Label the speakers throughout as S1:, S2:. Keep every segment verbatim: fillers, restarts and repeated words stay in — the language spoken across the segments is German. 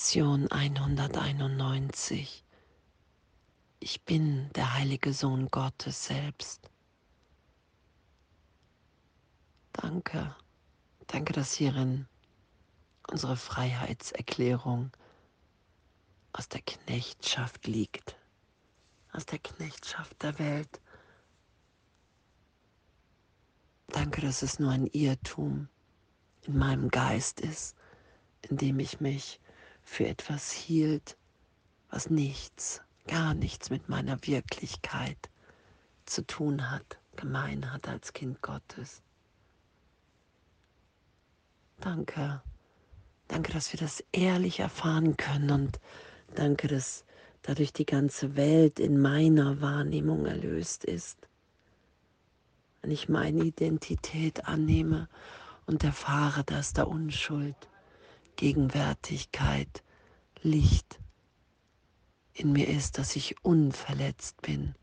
S1: Lektion hunderteinundneunzig. Ich bin der heilige Sohn Gottes selbst. Danke, danke, dass hierin unsere Freiheitserklärung aus der Knechtschaft liegt, aus der Knechtschaft der Welt. Danke, dass es nur ein Irrtum in meinem Geist ist, in dem ich mich für etwas hielt, was nichts, gar nichts mit meiner Wirklichkeit zu tun hat, gemein hat als Kind Gottes. Danke, danke, dass wir das ehrlich erfahren können und danke, dass dadurch die ganze Welt in meiner Wahrnehmung erlöst ist. Wenn ich meine Identität annehme und erfahre, dass da Unschuld, Gegenwärtigkeit, Licht in mir ist, dass ich unverletzt bin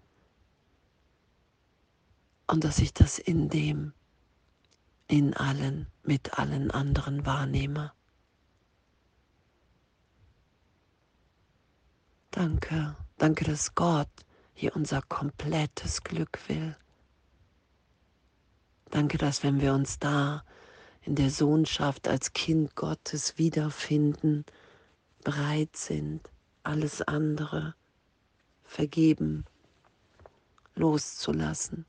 S1: und dass ich das in dem, in allen, mit allen anderen wahrnehme. Danke, danke, dass Gott hier unser komplettes Glück will. Danke, dass wenn wir uns da in der Sohnschaft als Kind Gottes wiederfinden, bereit sind, alles andere vergeben, loszulassen.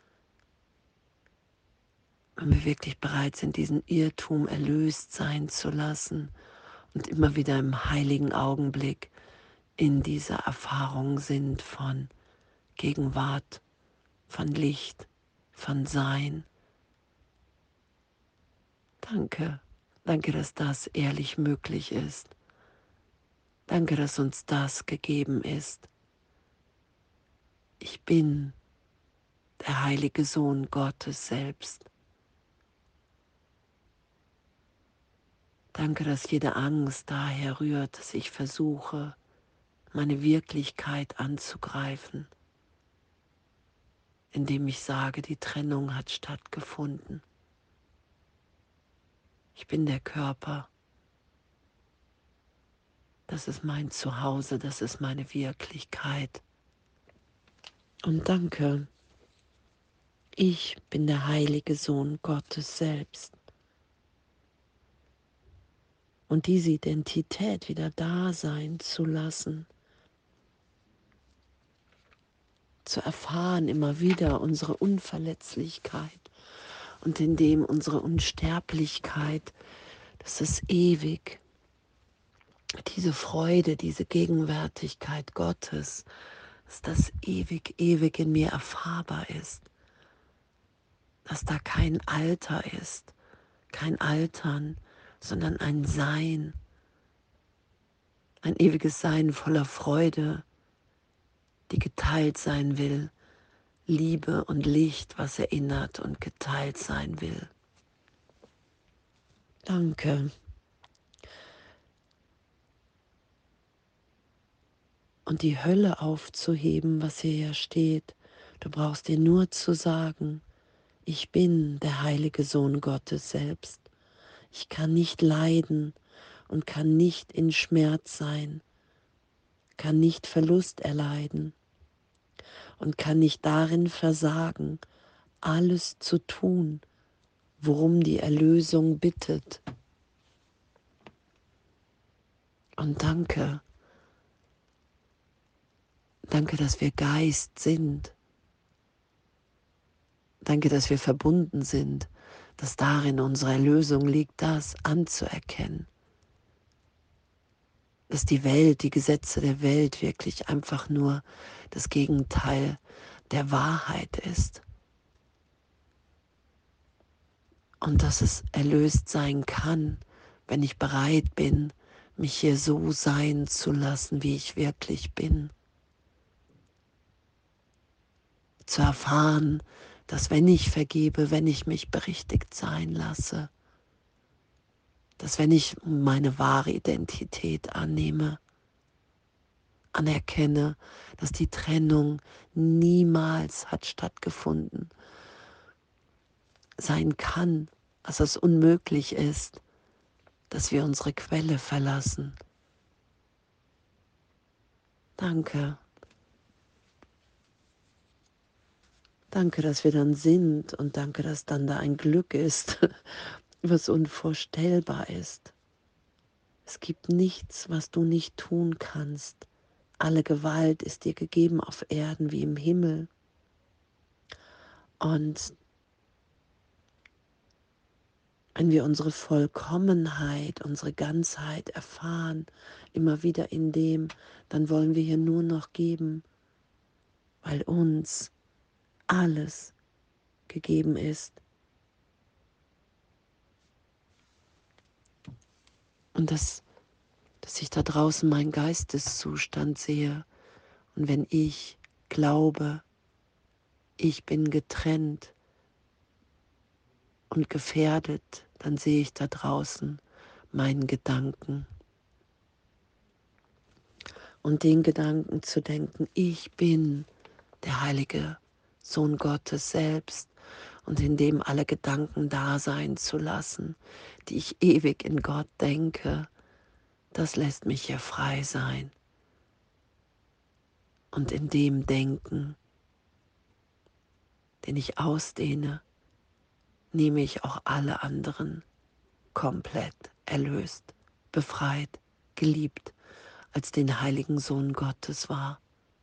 S1: Wenn wir wirklich bereit sind, diesen Irrtum erlöst sein zu lassen und immer wieder im heiligen Augenblick in dieser Erfahrung sind von Gegenwart, von Licht, von Sein. Danke, danke, dass das ehrlich möglich ist. Danke, dass uns das gegeben ist. Ich bin der heilige Sohn Gottes selbst. Danke, dass jede Angst daher rührt, dass ich versuche, meine Wirklichkeit anzugreifen, indem ich sage, die Trennung hat stattgefunden. Ich bin der Körper. Das ist mein Zuhause, das ist meine Wirklichkeit. Und danke, ich bin der heilige Sohn Gottes selbst. Und diese Identität wieder da sein zu lassen, zu erfahren immer wieder unsere Unverletzlichkeit und in dem unsere Unsterblichkeit, das ist ewig. Diese Freude, diese Gegenwärtigkeit Gottes, dass das ewig, ewig in mir erfahrbar ist, dass da kein Alter ist, kein Altern, sondern ein Sein, ein ewiges Sein voller Freude, die geteilt sein will, Liebe und Licht, was erinnert und geteilt sein will. Danke. Und die Hölle aufzuheben, was hier ja steht. Du brauchst dir nur zu sagen, ich bin der heilige Sohn Gottes selbst. Ich kann nicht leiden und kann nicht in Schmerz sein, kann nicht Verlust erleiden und kann nicht darin versagen, alles zu tun, worum die Erlösung bittet. Und danke, danke, dass wir Geist sind. Danke, dass wir verbunden sind, dass darin unsere Erlösung liegt, das anzuerkennen. Dass die Welt, die Gesetze der Welt wirklich einfach nur das Gegenteil der Wahrheit ist. Und dass es erlöst sein kann, wenn ich bereit bin, mich hier so sein zu lassen, wie ich wirklich bin. Zu erfahren, dass wenn ich vergebe, wenn ich mich berichtigt sein lasse, dass wenn ich meine wahre Identität annehme, anerkenne, dass die Trennung niemals hat stattgefunden sein kann, dass es unmöglich ist, dass wir unsere Quelle verlassen, Danke. Danke, dass wir dann sind und danke, dass dann da ein Glück ist, was unvorstellbar ist. Es gibt nichts, was du nicht tun kannst. Alle Gewalt ist dir gegeben auf Erden wie im Himmel. Und wenn wir unsere Vollkommenheit, unsere Ganzheit erfahren, immer wieder in dem, dann wollen wir hier nur noch geben, weil uns alles gegeben ist. Und dass, dass ich da draußen meinen Geisteszustand sehe. Und wenn ich glaube, ich bin getrennt und gefährdet, dann sehe ich da draußen meinen Gedanken. Und den Gedanken zu denken, ich bin der heilige Sohn Gottes selbst und in dem alle Gedanken da sein zu lassen, die ich ewig in Gott denke, das lässt mich hier frei sein. Und in dem Denken, den ich ausdehne, nehme ich auch alle anderen komplett erlöst, befreit, geliebt als den heiligen Sohn Gottes wahr.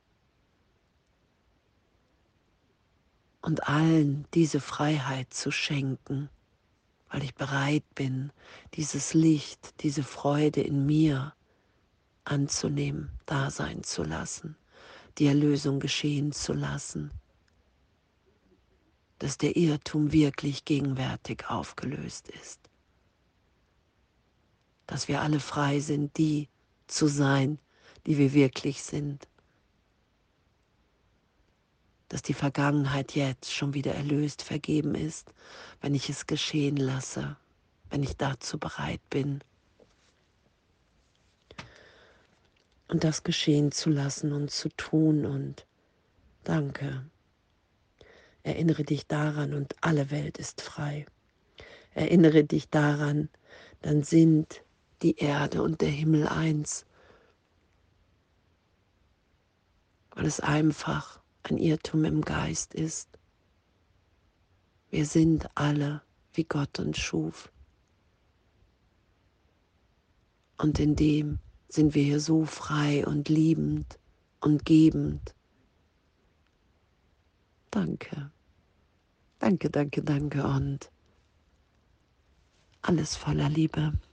S1: Und allen diese Freiheit zu schenken, weil ich bereit bin, dieses Licht, diese Freude in mir anzunehmen, da sein zu lassen, die Erlösung geschehen zu lassen, dass der Irrtum wirklich gegenwärtig aufgelöst ist, dass wir alle frei sind, die zu sein, die wir wirklich sind, dass die Vergangenheit jetzt schon wieder erlöst, vergeben ist, wenn ich es geschehen lasse, wenn ich dazu bereit bin. Und das geschehen zu lassen und zu tun und danke. Erinnere dich daran und alle Welt ist frei. Erinnere dich daran, dann sind die Erde und der Himmel eins, weil es einfach ein Irrtum im Geist ist. Wir sind alle, wie Gott uns schuf. Und in dem sind wir hier so frei und liebend und gebend. Danke, danke, danke, danke und alles voller Liebe.